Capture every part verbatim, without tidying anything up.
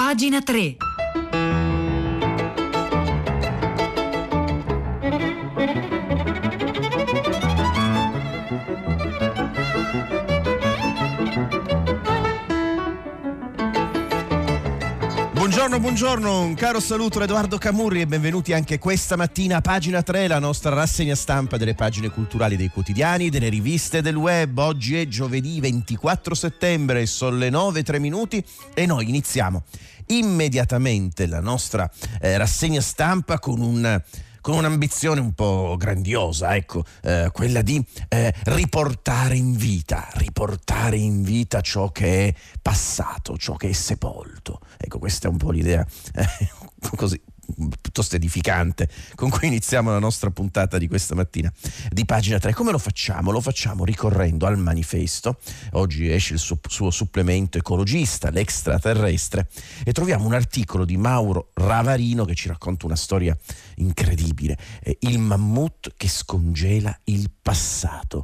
Pagina tre. Buongiorno, buongiorno, un caro saluto da Edoardo Camurri e benvenuti anche questa mattina a Pagina tre, la nostra rassegna stampa delle pagine culturali dei quotidiani, delle riviste del web. Oggi è giovedì ventiquattro settembre, sono le nove e tre minuti e noi iniziamo immediatamente la nostra eh, rassegna stampa con un... con un'ambizione un po' grandiosa, ecco, eh, quella di eh, riportare in vita, riportare in vita ciò che è passato, ciò che è sepolto. Ecco, questa è un po' l'idea eh, così piuttosto edificante con cui iniziamo la nostra puntata di questa mattina di Pagina tre. Come lo facciamo? Lo facciamo ricorrendo al manifesto. Oggi esce il suo, suo supplemento ecologista, l'extraterrestre, e troviamo un articolo di Mauro Ravarino che ci racconta una storia incredibile, eh, il mammut che scongela il passato.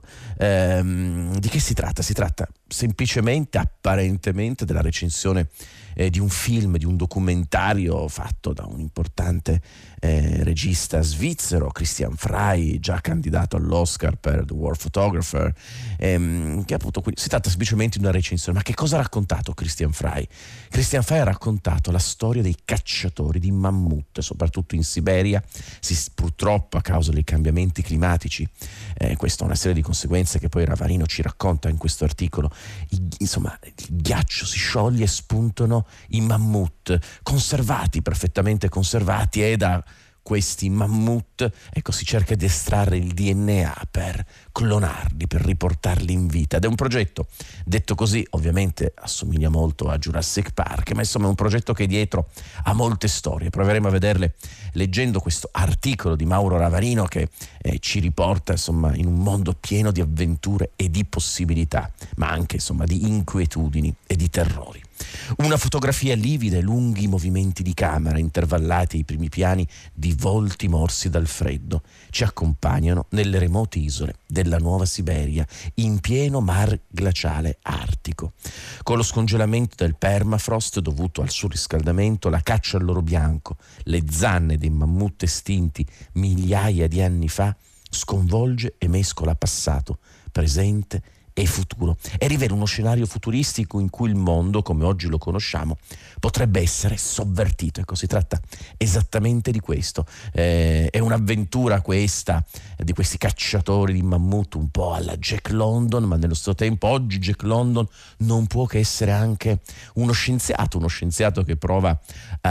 Ehm, di che si tratta? Si tratta semplicemente, apparentemente, della recensione eh, di un film, di un documentario fatto da un importante eh, regista svizzero, Christian Frey, già candidato all'Oscar per The War Photographer, ehm, che appunto qui, si tratta semplicemente di una recensione. Ma che cosa ha raccontato Christian Frey? Christian Frey ha raccontato la storia dei cacciatori di mammut, soprattutto in Siberia. Si, purtroppo a causa dei cambiamenti climatici, eh, questa è una serie di conseguenze che poi Ravarino ci racconta in questo articolo. I, insomma, il ghiaccio si scioglie e spuntano i mammut conservati, perfettamente conservati, e da questi mammut, ecco, si cerca di estrarre il D N A per clonarli, per riportarli in vita. Ed è un progetto, detto così, ovviamente assomiglia molto a Jurassic Park, ma insomma è un progetto che dietro ha molte storie. Proveremo a vederle leggendo questo articolo di Mauro Ravarino che eh, ci riporta insomma in un mondo pieno di avventure e di possibilità, ma anche insomma di inquietudini e di terrori. Una fotografia livida e lunghi movimenti di camera intervallati ai primi piani di volti morsi dal freddo ci accompagnano nelle remote isole della Nuova Siberia in pieno mar glaciale artico. Con lo scongelamento del permafrost dovuto al surriscaldamento, la caccia all'oro bianco, le zanne dei mammut estinti migliaia di anni fa sconvolge e mescola passato, presente e futuro, e rivela uno scenario futuristico in cui il mondo, come oggi lo conosciamo, potrebbe essere sovvertito. Ecco, si tratta esattamente di questo. Eh, è un'avventura questa di questi cacciatori di mammut un po' alla Jack London, ma nello stesso tempo oggi Jack London non può che essere anche uno scienziato, uno scienziato che prova eh,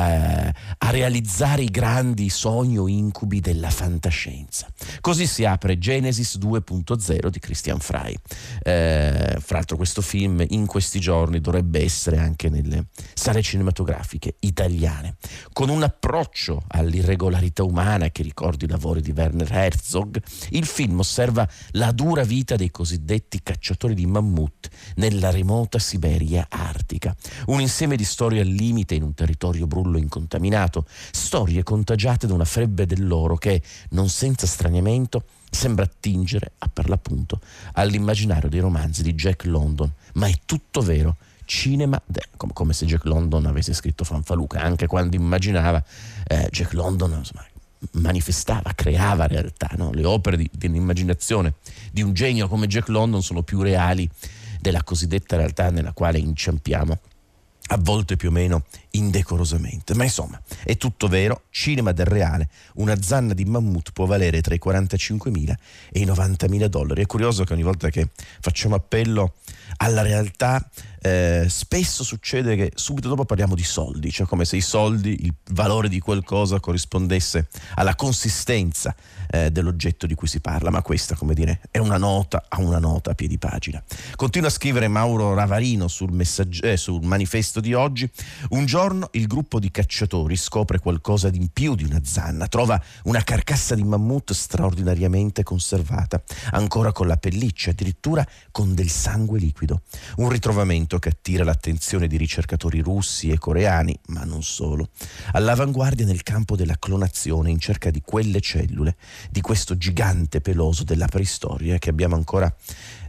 a realizzare i grandi sogni o incubi della fantascienza. Così si apre Genesis due punto zero di Christian Frey. Eh, Eh, fra l'altro questo film in questi giorni dovrebbe essere anche nelle sale cinematografiche italiane, con un approccio all'irregolarità umana che ricordi i lavori di Werner Herzog. Il film osserva la dura vita dei cosiddetti cacciatori di mammut nella remota Siberia artica, un insieme di storie al limite in un territorio brullo incontaminato, storie contagiate da una febbre dell'oro che, non senza straniamento, sembra attingere, a per l'appunto, all'immaginario dei romanzi di Jack London, ma è tutto vero. Cinema, come, come se Jack London avesse scritto Fanfaluca. Anche quando immaginava, eh, Jack London insomma, manifestava, creava realtà, no? Le opere di, dell'immaginazione di un genio come Jack London sono più reali della cosiddetta realtà nella quale inciampiamo, a volte più o meno indecorosamente. Ma insomma, è tutto vero, cinema del reale. Una zanna di mammut può valere tra i quarantacinquemila e i novantamila dollari. È curioso che ogni volta che facciamo appello alla realtà eh, spesso succede che subito dopo parliamo di soldi, cioè come se i soldi, il valore di qualcosa corrispondesse alla consistenza eh, dell'oggetto di cui si parla. Ma questa, come dire, è una nota a una nota a piedi pagina. Continua a scrivere Mauro Ravarino sul, messaggio, eh, sul manifesto di oggi. Un giorno il gruppo di cacciatori scopre qualcosa di in più di una zanna, trova una carcassa di mammut straordinariamente conservata, ancora con la pelliccia, addirittura con del sangue liquido. Un ritrovamento che attira l'attenzione di ricercatori russi e coreani, ma non solo, all'avanguardia nel campo della clonazione in cerca di quelle cellule, di questo gigante peloso della preistoria che abbiamo ancora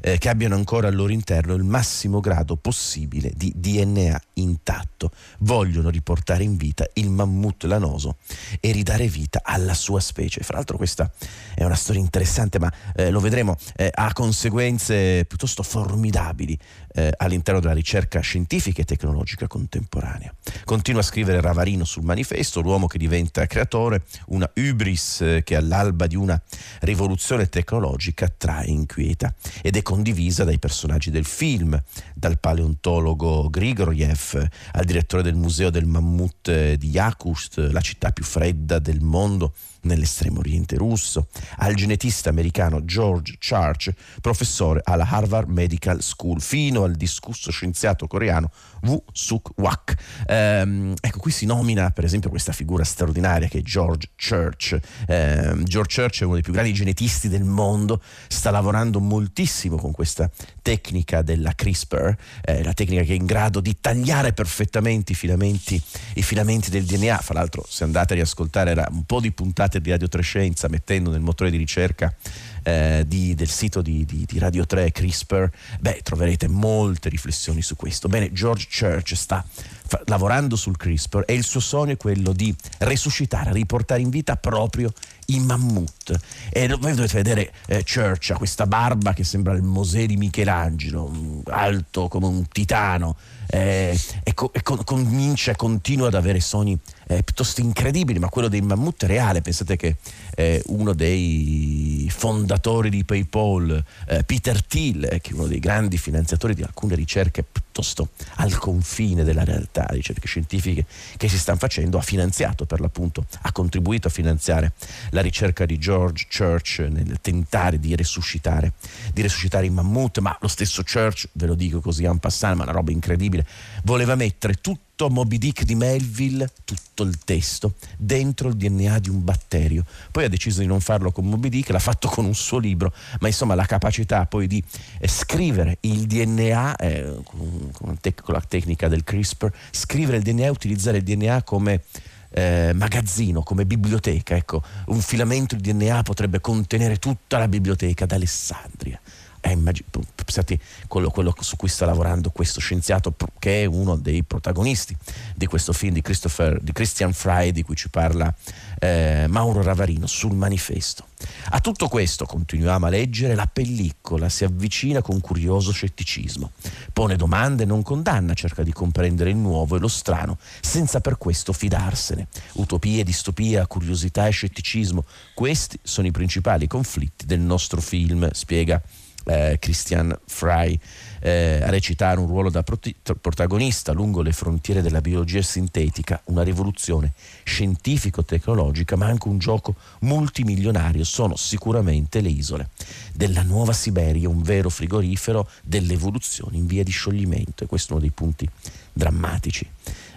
eh, che abbiano ancora al loro interno il massimo grado possibile di D N A intatto. Vogliono riportare in vita il mammut lanoso e ridare vita alla sua specie. Fra l'altro questa è una storia interessante, ma eh, lo vedremo, eh, ha conseguenze piuttosto formidabili eh, all'interno della ricerca scientifica e tecnologica contemporanea. Continua a scrivere Ravarino sul manifesto, l'uomo che diventa creatore, una hubris eh, che all'alba di una rivoluzione tecnologica trae inquieta ed è condivisa dai personaggi del film, dal paleontologo Grigoriev al direttore del museo del mammut eh, di Yakutsk, la città più fredda del mondo nell'estremo oriente russo, al genetista americano George Church, professore alla Harvard Medical School, fino al discusso scienziato coreano Woo Suk Wak. Ehm, ecco, qui si nomina per esempio questa figura straordinaria che è George Church. Ehm, George Church è uno dei più grandi genetisti del mondo, sta lavorando moltissimo con questa tecnica della CRISPR, eh, la tecnica che è in grado di tagliare perfettamente i filamenti, i filamenti del D N A. Fra l'altro, se andate a riascoltare era un po' di puntate di Radio tre Scienza, mettendo nel motore di ricerca eh, di, del sito di, di, di Radio tre CRISPR, beh, troverete molte riflessioni su questo. Bene, George Church sta fa, lavorando sul CRISPR e il suo sogno è quello di resuscitare, riportare in vita proprio i mammut. E voi dovete vedere eh, Church ha questa barba che sembra il Mosè di Michelangelo, alto come un titano, eh, e, co- e con- comincia e continua ad avere sogni eh, piuttosto incredibili, ma quello dei mammut è reale. Pensate che eh, uno dei fondatori di PayPal, eh, Peter Thiel, eh, che è uno dei grandi finanziatori di alcune ricerche piuttosto al confine della realtà, ricerche scientifiche che si stanno facendo, ha finanziato per l'appunto, ha contribuito a finanziare la ricerca di George Church nel tentare di resuscitare di resuscitare i mammut. Ma lo stesso Church, ve lo dico così en passant, ma una roba incredibile, voleva mettere tutto Moby Dick di Melville, tutto il testo, dentro il D N A di un batterio. Poi ha deciso di non farlo con Moby Dick, l'ha fatto con un suo libro, ma insomma la capacità poi di eh, scrivere il D N A eh, con, con, te- con la tecnica del CRISPR, scrivere il D N A e utilizzare il D N A come Eh, magazzino, come biblioteca. Ecco, un filamento di D N A potrebbe contenere tutta la biblioteca d'Alessandria. Eh, immagin- pensate quello, quello su cui sta lavorando questo scienziato, che è uno dei protagonisti di questo film di Christopher, di Christian Fry, di cui ci parla eh, Mauro Ravarino sul manifesto. A tutto questo, continuiamo a leggere, la pellicola si avvicina con curioso scetticismo, pone domande, non condanna, cerca di comprendere il nuovo e lo strano senza per questo fidarsene. Utopia, distopia, curiosità e scetticismo, questi sono i principali conflitti del nostro film, spiega Eh, Christian Fry. Eh, a recitare un ruolo da proti- protagonista lungo le frontiere della biologia sintetica, una rivoluzione scientifico-tecnologica, ma anche un gioco multimilionario sono sicuramente le isole della Nuova Siberia, un vero frigorifero dell'evoluzione in via di scioglimento. E questo è uno dei punti drammatici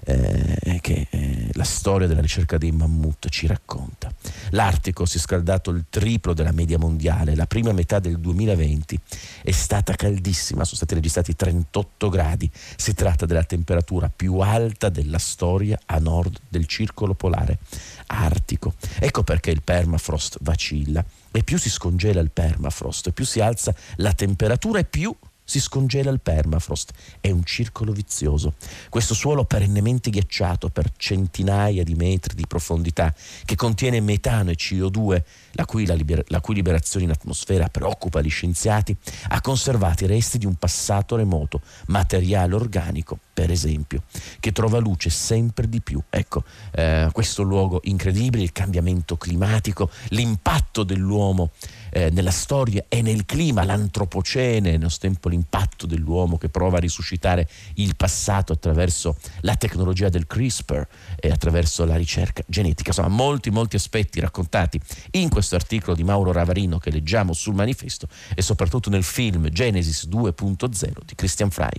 eh, che eh, la storia della ricerca dei mammut ci racconta. L'Artico si è scaldato il triplo della media mondiale, la prima metà del duemilaventi è stata caldissima, sono stati registrati trentotto gradi, si tratta della temperatura più alta della storia a nord del circolo polare artico. Ecco perché il permafrost vacilla, e più si scongela il permafrost, più si alza la temperatura e più si scongela il permafrost. È un circolo vizioso. Questo suolo perennemente ghiacciato per centinaia di metri di profondità, che contiene metano e C O due, la cui, la liber- la cui liberazione in atmosfera preoccupa gli scienziati, ha conservato i resti di un passato remoto, materiale organico, per esempio, che trova luce sempre di più. Ecco, eh, questo luogo incredibile, il cambiamento climatico, l'impatto dell'uomo eh, nella storia e nel clima, l'antropocene, nello tempo l'impatto dell'uomo che prova a risuscitare il passato attraverso la tecnologia del CRISPR e attraverso la ricerca genetica. Insomma, molti, molti aspetti raccontati in questo articolo di Mauro Ravarino che leggiamo sul manifesto e soprattutto nel film Genesis due punto zero di Christian Fry.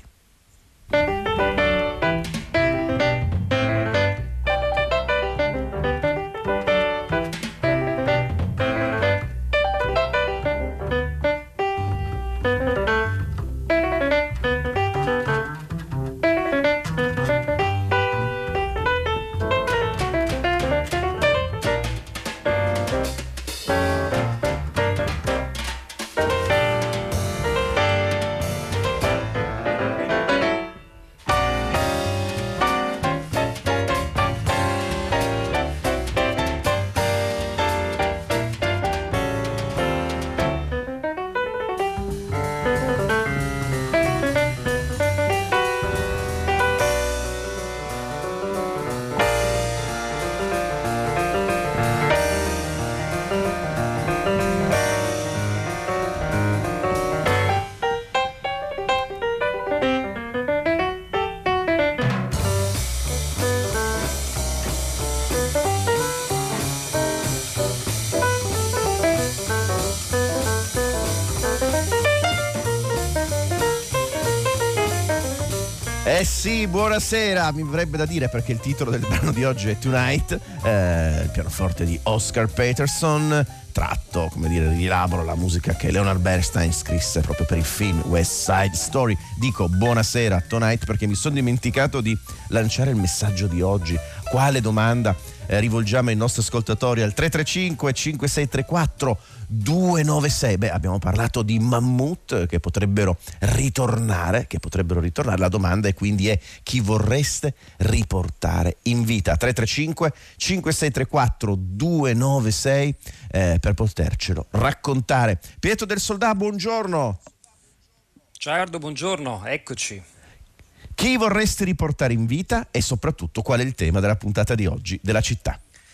Eh sì, buonasera, mi verrebbe da dire perché il titolo del brano di oggi è Tonight, eh, il pianoforte di Oscar Peterson, tratto, come dire, rilaboro la musica che Leonard Bernstein scrisse proprio per il film West Side Story. Dico buonasera Tonight perché mi sono dimenticato di lanciare il messaggio di oggi. Quale domanda eh, rivolgiamo ai nostri ascoltatori al tre tre cinque cinque sei tre quattro due nove sei? Beh, abbiamo parlato di mammut che potrebbero ritornare, che potrebbero ritornare. La domanda è quindi è: chi vorreste riportare in vita? tre tre cinque cinque sei tre quattro due nove sei eh, per potercelo raccontare. Pietro del Soldà, buongiorno. Ciao Ardo, buongiorno, eccoci. Chi vorresti riportare in vita e soprattutto qual è il tema della puntata di oggi della città?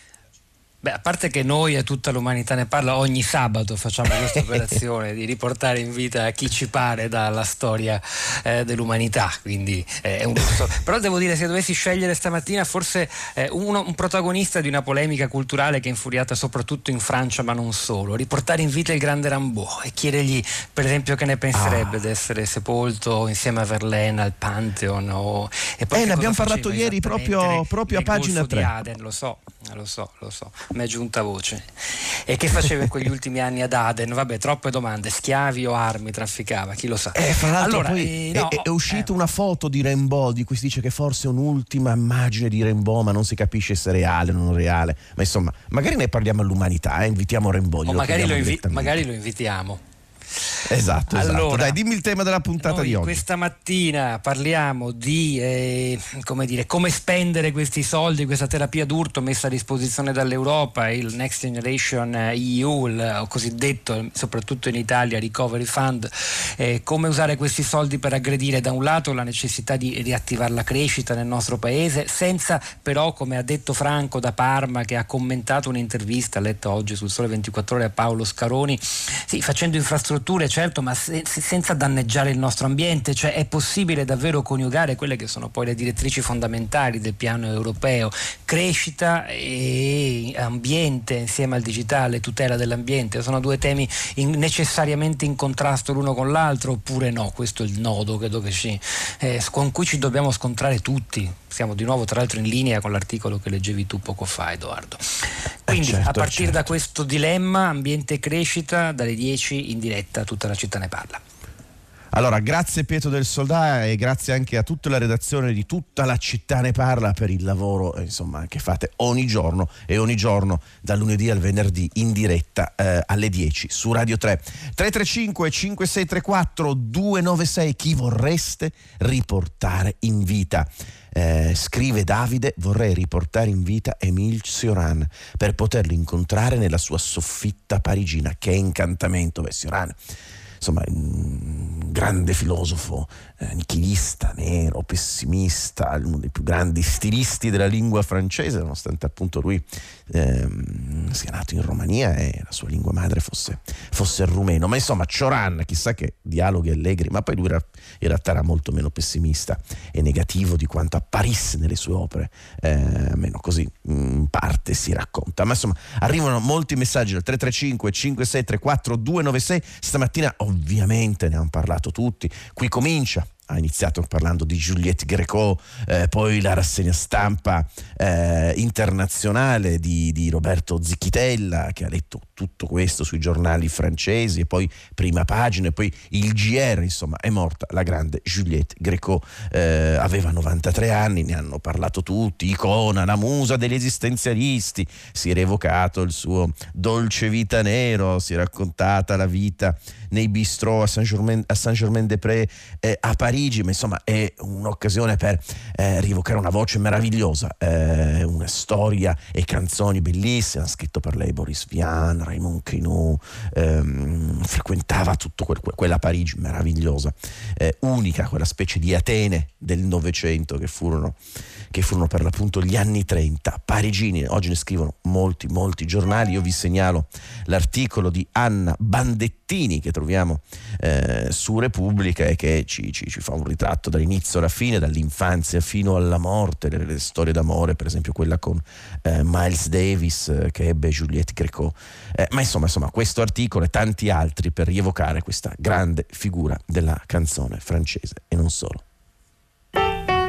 Beh, a parte che noi e tutta l'umanità ne parla, ogni sabato facciamo questa operazione di riportare in vita chi ci pare dalla storia eh, dell'umanità, quindi eh, è un gusto. Però devo dire, se dovessi scegliere stamattina forse eh, uno, un protagonista di una polemica culturale che è infuriata soprattutto in Francia ma non solo, riportare in vita il grande Rimbaud e chiedergli per esempio che ne penserebbe ah. di essere sepolto insieme a Verlaine al Pantheon o, e poi eh, ne abbiamo parlato ieri proprio, proprio a pagina tre. Aden, lo so, lo so, lo so. Mi è giunta voce. E che faceva in quegli ultimi anni ad Aden? Vabbè, troppe domande. Schiavi o armi trafficava? Chi lo sa. Eh, fra l'altro allora, poi eh, no, è, è uscita eh. una foto di Rimbaud di cui si dice che forse è un'ultima immagine di Rimbaud, ma non si capisce se è reale o non reale. Ma insomma, magari ne parliamo all'umanità, eh? Invitiamo Rimbaud. O magari lo, invi- magari lo invitiamo. Esatto, esatto. Allora, dai, dimmi il tema della puntata di oggi. Questa mattina parliamo di eh, come dire, come spendere questi soldi, questa terapia d'urto messa a disposizione dall'Europa, il Next Generation E U, il cosiddetto, soprattutto in Italia, Recovery Fund, eh, come usare questi soldi per aggredire da un lato la necessità di riattivare la crescita nel nostro paese, senza però, come ha detto Franco da Parma, che ha commentato un'intervista letta oggi sul Sole ventiquattro Ore a Paolo Scaroni, sì, facendo infrastrutture certo, ma se, senza danneggiare il nostro ambiente, cioè è possibile davvero coniugare quelle che sono poi le direttrici fondamentali del piano europeo, crescita e ambiente insieme al digitale, tutela dell'ambiente, sono due temi in, necessariamente in contrasto l'uno con l'altro, oppure no? Questo è il nodo credo che ci, eh, con cui ci dobbiamo scontrare tutti. Siamo di nuovo tra l'altro in linea con l'articolo che leggevi tu poco fa, Edoardo. Quindi eh certo, a partire certo. da questo dilemma ambiente e crescita, dalle dieci in diretta Tutta la città ne parla. Allora, grazie Pietro del Soldà e grazie anche a tutta la redazione di Tutta la città ne parla per il lavoro insomma che fate ogni giorno e ogni giorno dal lunedì al venerdì in diretta eh, alle dieci su Radio tre. tre tre cinque cinque sei tre quattro due nove sei. Chi vorreste riportare in vita? Eh, scrive Davide: vorrei riportare in vita Émile Cioran per poterlo incontrare nella sua soffitta parigina. Che incantamento! Beh, Cioran, insomma, un grande filosofo, eh, nichilista, nero, pessimista, uno dei più grandi stilisti della lingua francese, nonostante appunto lui ehm, sia nato in Romania e la sua lingua madre fosse, fosse il rumeno. Ma insomma, Cioran, chissà che dialoghi allegri, ma poi lui era, in realtà era molto meno pessimista e negativo di quanto apparisse nelle sue opere, eh, almeno così in parte si racconta. Ma insomma, arrivano molti messaggi al tre tre cinque cinque sei tre quattro due nove sei. Stamattina ovviamente ne hanno parlato tutti. Qui comincia. Ha iniziato parlando di Juliette Gréco, eh, poi la rassegna stampa eh, internazionale di, di Roberto Zicchitella, che ha letto tutto questo sui giornali francesi, e poi prima pagina, e poi il G R. Insomma, è morta la grande Juliette Gréco, eh, aveva novantatré anni, ne hanno parlato tutti, icona, la musa degli esistenzialisti. Si è rievocato il suo dolce vita nero, si è raccontata la vita nei bistrò a Saint-Germain, a Saint-Germain-des-Prés, eh, a Parigi. Ma insomma è un'occasione per eh, rievocare una voce meravigliosa, eh, una storia e canzoni bellissime. Ha scritto per lei Boris Vian, Raymond Queneau, ehm, frequentava tutto quel, quella Parigi meravigliosa, eh, unica, quella specie di Atene del Novecento che furono, che furono per l'appunto gli anni trenta parigini. Oggi ne scrivono molti molti giornali. Io vi segnalo l'articolo di Anna Bandettini che troviamo eh, su Repubblica e che ci, ci, ci fa un ritratto dall'inizio alla fine, dall'infanzia fino alla morte, le, le storie d'amore, per esempio quella con eh, Miles Davis eh, che ebbe Juliette Gréco, eh, ma insomma, insomma questo articolo e tanti altri per rievocare questa grande figura della canzone francese e non solo.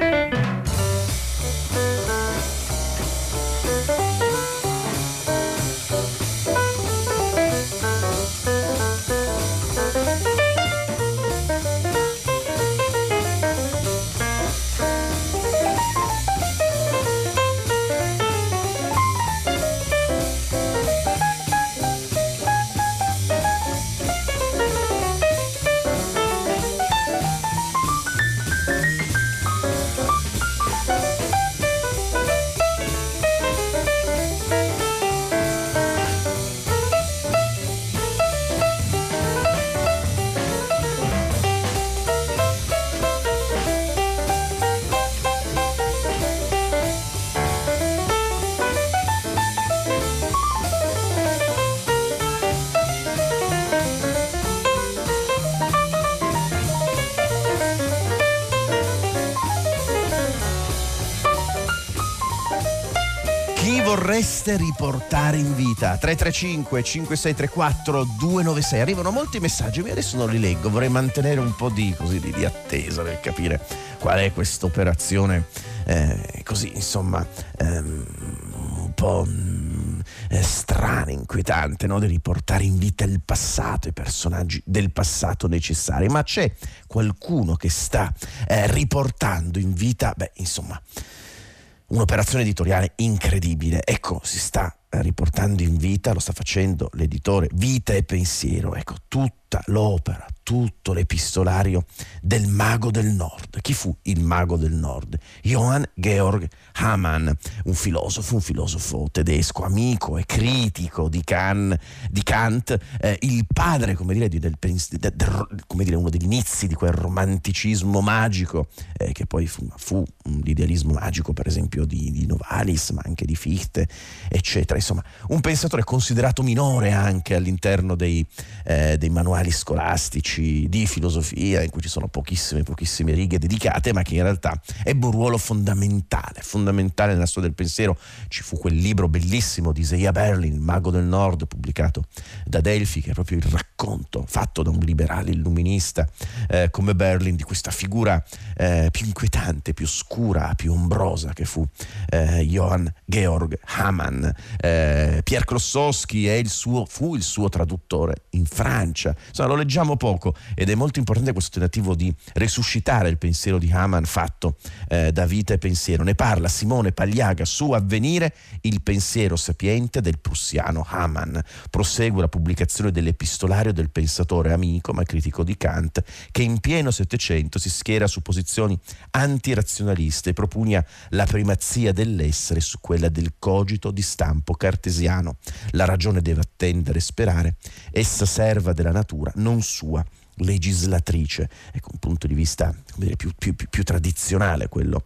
Chi vorreste riportare in vita? tre tre cinque cinque sei tre quattro due nove sei. Arrivano molti messaggi, ma adesso non li leggo, vorrei mantenere un po' di, così, di, di attesa per capire qual è questa operazione eh, così, insomma, ehm, un po' mh, eh, strana, inquietante, no? Di riportare in vita il passato, i personaggi del passato necessari. Ma c'è qualcuno che sta eh, riportando in vita, beh, insomma, un'operazione editoriale incredibile. Ecco, si sta riportando in vita, lo sta facendo l'editore Vita e Pensiero, ecco, tutta l'opera, tutto l'epistolario del Mago del Nord. Chi fu il Mago del Nord? Johann Georg Hamann, un filosofo, un filosofo tedesco, amico e critico di, Kant, di Kant eh, il padre, come dire, di, del, del, del, come dire, uno degli inizi di quel romanticismo magico eh, che poi fu, fu l'idealismo magico, per esempio, di, di Novalis, ma anche di Fichte, eccetera. Insomma, un pensatore considerato minore anche all'interno dei, eh, dei manuali scolastici di filosofia, in cui ci sono pochissime, pochissime righe dedicate, ma che in realtà ebbe un ruolo fondamentale, fondamentale nella storia del pensiero. Ci fu quel libro bellissimo di Isaiah Berlin, Il Mago del Nord, pubblicato da Delphi, che è proprio il racconto fatto da un liberale illuminista eh, come Berlin di questa figura eh, più inquietante, più scura, più ombrosa che fu eh, Johann Georg Hamann. Eh, Pierre Klossowski è il suo, fu il suo traduttore in Francia. Insomma, lo leggiamo poco ed è molto importante questo tentativo di resuscitare il pensiero di Hamann fatto eh, da Vita e Pensiero. Ne parla Simone Pagliaga su Avvenire, il pensiero sapiente del prussiano Hamann. Prosegue la pubblicazione dell'epistolario del pensatore amico ma critico di Kant, che in pieno Settecento si schiera su posizioni antirazionaliste e propugna la primazia dell'essere su quella del cogito di stampo cartesiano. La ragione deve attendere e sperare, essa serva della natura, non sua legislatrice. Ecco, un punto di vista, come dire, più, più, più, più tradizionale quello,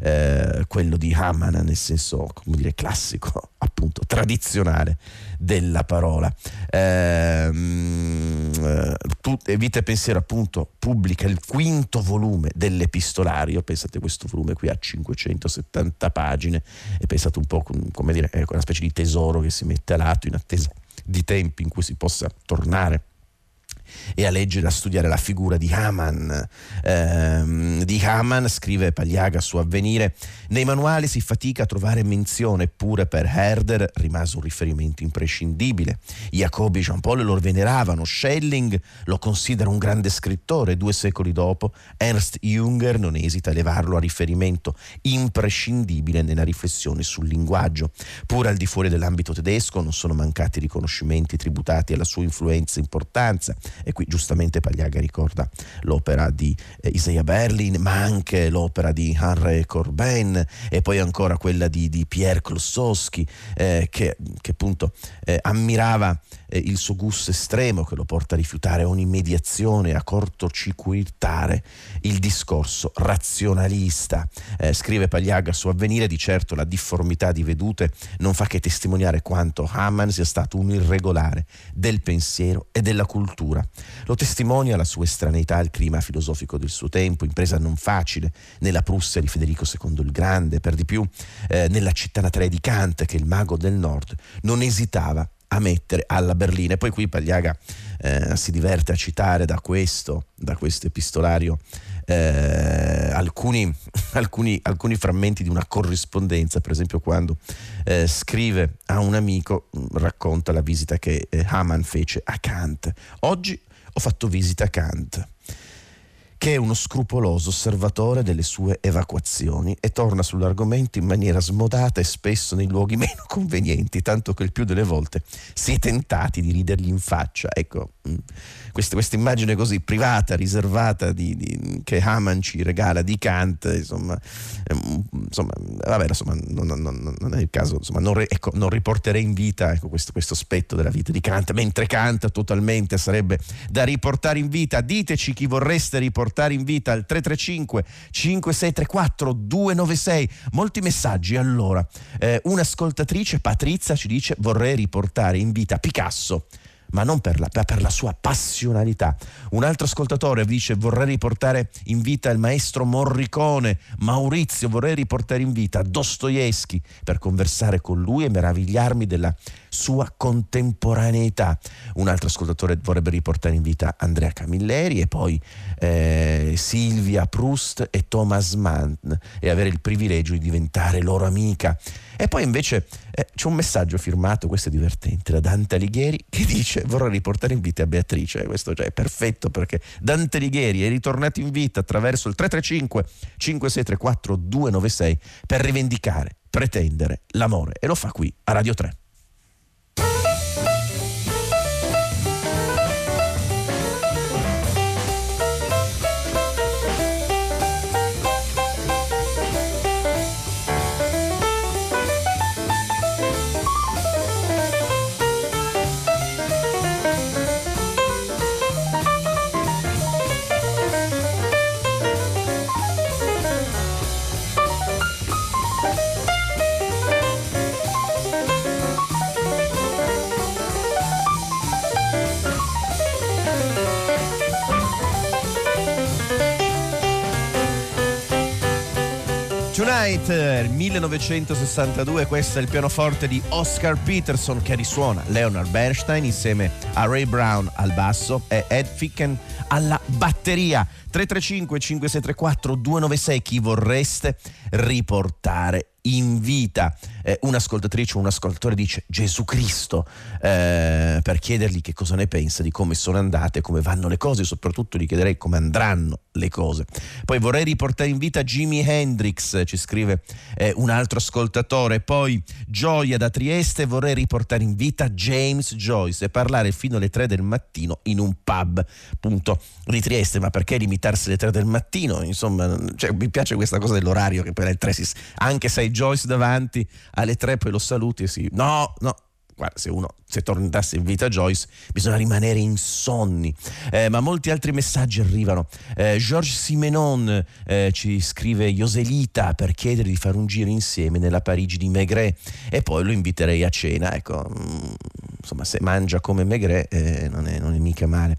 eh, quello di Hamann, nel senso, come dire, classico, appunto tradizionale della parola. Ehm, eh, Vita e Pensiero appunto pubblica il quinto volume dell'epistolario. Pensate, questo volume qui ha cinquecentosettanta pagine, e pensate un po' come dire, è una specie di tesoro che si mette a lato in attesa di tempi in cui si possa tornare e a leggere, a studiare la figura di Hamann. Ehm, di Hamann, scrive Pagliaga su Avvenire, nei manuali si fatica a trovare menzione, eppure per Herder rimase un riferimento imprescindibile. Jacobi e Jean-Paul lo veneravano, Schelling lo considera un grande scrittore, due secoli dopo Ernst Jünger non esita a elevarlo a riferimento imprescindibile nella riflessione sul linguaggio. Pur al di fuori dell'ambito tedesco non sono mancati riconoscimenti tributati alla sua influenza e importanza. E qui giustamente Pagliaga ricorda l'opera di eh, Isaiah Berlin, ma anche l'opera di Henri Corbin e poi ancora quella di, di Pierre Klossowski, eh, che, che appunto eh, ammirava eh, il suo gusto estremo, che lo porta a rifiutare ogni mediazione, a cortocircuitare il discorso razionalista. Eh, scrive Pagliaga su Avvenire, di certo la difformità di vedute non fa che testimoniare quanto Hamann sia stato un irregolare del pensiero e della cultura. Lo testimonia la sua estraneità al clima filosofico del suo tempo, impresa non facile nella Prussia di Federico secondo il Grande, per di più eh, nella città natale di Kant, che il Mago del Nord non esitava a mettere alla berlina. E poi qui Pagliaga eh, si diverte a citare da questo, da questo epistolario eh, alcuni, alcuni, alcuni frammenti di una corrispondenza. Per esempio, quando eh, scrive a un amico, racconta la visita che eh, Hamann fece a Kant. Oggi ho fatto visita a Kant, che è uno scrupoloso osservatore delle sue evacuazioni e torna sull'argomento in maniera smodata e spesso nei luoghi meno convenienti, tanto che il più delle volte si è tentati di ridergli in faccia. Ecco, questa, questa immagine così privata, riservata di, di, che Hamann ci regala di Kant, insomma, insomma vabbè, insomma, non, non, non è il caso, insomma, non, ecco, non riporterei in vita ecco, questo, questo aspetto della vita di Kant, mentre Kant totalmente sarebbe da riportare in vita. Diteci chi vorreste riportare in vita al tre tre cinque cinque sei tre quattro due nove sei. Molti messaggi. Allora, eh, un'ascoltatrice, Patrizia, ci dice: vorrei riportare in vita Picasso, ma non per la, per la sua passionalità. Un altro ascoltatore dice: vorrei riportare in vita il maestro Morricone. Maurizio: vorrei riportare in vita Dostoevskij per conversare con lui e meravigliarmi della sua contemporaneità. Un altro ascoltatore vorrebbe riportare in vita Andrea Camilleri, e poi eh, Silvia Proust e Thomas Mann, e avere il privilegio di diventare loro amica. E poi invece eh, c'è un messaggio firmato, questo è divertente, da Dante Alighieri, che dice: vorrei riportare in vita Beatrice. Questo già è perfetto, perché Dante Alighieri è ritornato in vita attraverso il tre tre cinque cinque sei tre quattro due nove sei per rivendicare, pretendere l'amore, e lo fa qui a Radio tre. Tonight, millenovecentosessantadue, questo è il pianoforte di Oscar Peterson, che risuona Leonard Bernstein insieme a Ray Brown al basso e Ed Ficken alla batteria. Tre tre cinque cinque sei tre quattro due nove sei, chi vorreste riportare in vita? Eh, un'ascoltatrice o un ascoltatore dice Gesù Cristo, eh, per chiedergli che cosa ne pensa di come sono andate, come vanno le cose, e soprattutto gli chiederei come andranno le cose. Poi vorrei riportare in vita Jimi Hendrix, ci scrive eh, un altro ascoltatore. Poi Gioia da Trieste: vorrei riportare in vita James Joyce e parlare fino alle tre del mattino in un pub, punto, di Trieste. Ma perché limitarsi alle tre del mattino? Insomma, cioè, mi piace questa cosa dell'orario, che per le tre si, anche se hai Joyce davanti alle tre poi lo saluti e si no no guarda, se uno se tornasse in vita Joyce bisogna rimanere insonni. Eh, ma molti altri messaggi arrivano. eh, Georges Simenon eh, ci scrive Joselita per chiedere di fare un giro insieme nella Parigi di Maigret, e poi lo inviterei a cena. Ecco, mh, insomma, se mangia come Maigret eh, non, è, non è mica male.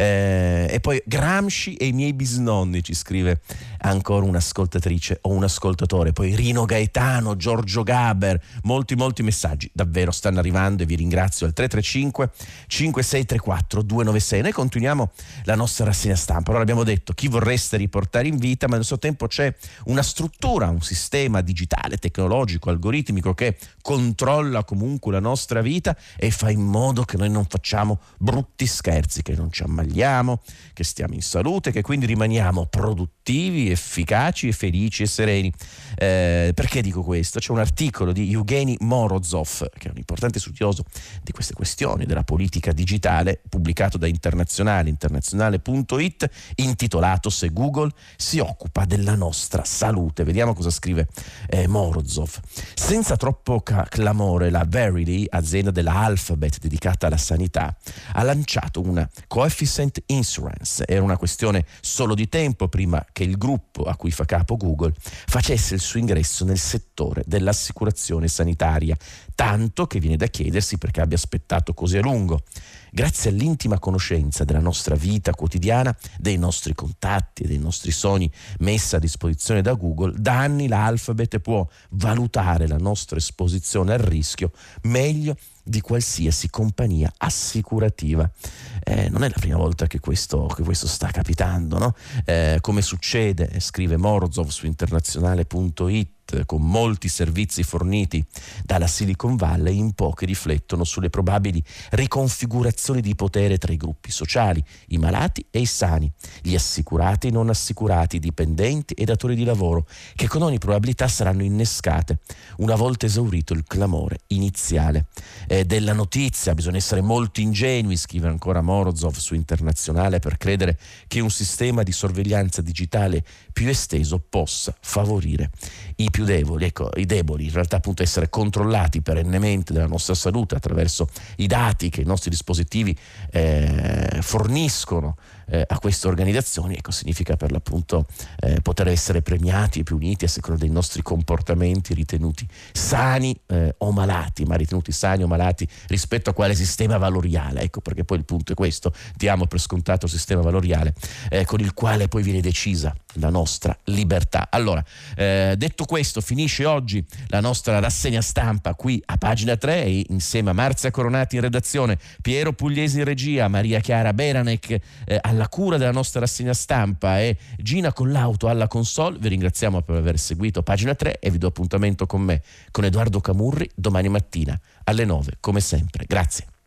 Eh, e poi Gramsci e i miei bisnonni, ci scrive ancora un'ascoltatrice o un ascoltatore. Poi Rino Gaetano, Giorgio Gaber, molti molti messaggi davvero stanno arrivando, e vi ringrazio al tre tre cinque cinque sei tre quattro due nove sei. Noi continuiamo la nostra rassegna stampa. Allora, abbiamo detto chi vorreste riportare in vita, ma nel suo tempo c'è una struttura, un sistema digitale, tecnologico, algoritmico, che controlla comunque la nostra vita e fa in modo che noi non facciamo brutti scherzi, che non ci ammaliamo, che stiamo in salute, che quindi rimaniamo produttivi, efficaci e felici e sereni. Eh, perché dico questo? C'è un articolo di Evgeny Morozov, che è un importante studioso di queste questioni della politica digitale, pubblicato da Internazionale, internazionale punto it, intitolato Se Google si occupa della nostra salute. Vediamo cosa scrive eh, Morozov. Senza troppo ca- clamore, la Verily, azienda della Alphabet dedicata alla sanità, ha lanciato una Coefficient Insurance. Era una questione solo di tempo prima che il gruppo a cui fa capo Google facesse il suo ingresso nel settore dell'assicurazione sanitaria, tanto che viene da chiedersi perché abbia aspettato così a lungo. Grazie all'intima conoscenza della nostra vita quotidiana, dei nostri contatti e dei nostri sogni messa a disposizione da Google, da anni la Alphabet può valutare la nostra esposizione al rischio meglio di qualsiasi compagnia assicurativa. Eh, non è la prima volta che questo, che questo sta capitando, no? Eh, come succede, scrive Morozov su internazionale punto it, con molti servizi forniti dalla Silicon Valley, in pochi riflettono sulle probabili riconfigurazioni di potere tra i gruppi sociali, i malati e i sani, gli assicurati e i non assicurati, i dipendenti e i datori di lavoro, che con ogni probabilità saranno innescate una volta esaurito il clamore iniziale eh, della notizia. Bisogna essere molto ingenui, scrive ancora Morozov su Internazionale, per credere che un sistema di sorveglianza digitale più esteso possa favorire i più più deboli, ecco, i deboli in realtà appunto essere controllati perennemente della nostra salute attraverso i dati che i nostri dispositivi eh, forniscono eh, a queste organizzazioni, ecco, significa per l'appunto eh, poter essere premiati e puniti a seconda dei nostri comportamenti ritenuti sani eh, o malati, ma ritenuti sani o malati rispetto a quale sistema valoriale, ecco, perché poi il punto è questo: diamo per scontato il sistema valoriale eh, con il quale poi viene decisa la nostra libertà. Allora, eh, detto questo, finisce oggi la nostra rassegna stampa qui a Pagina tre, e insieme a Marzia Coronati in redazione, Piero Pugliesi in regia, Maria Chiara Beranec eh, alla cura della nostra rassegna stampa e Gina Collauto alla console. Vi ringraziamo per aver seguito Pagina tre e vi do appuntamento con me, con Edoardo Camurri, domani mattina alle nove come sempre. Grazie.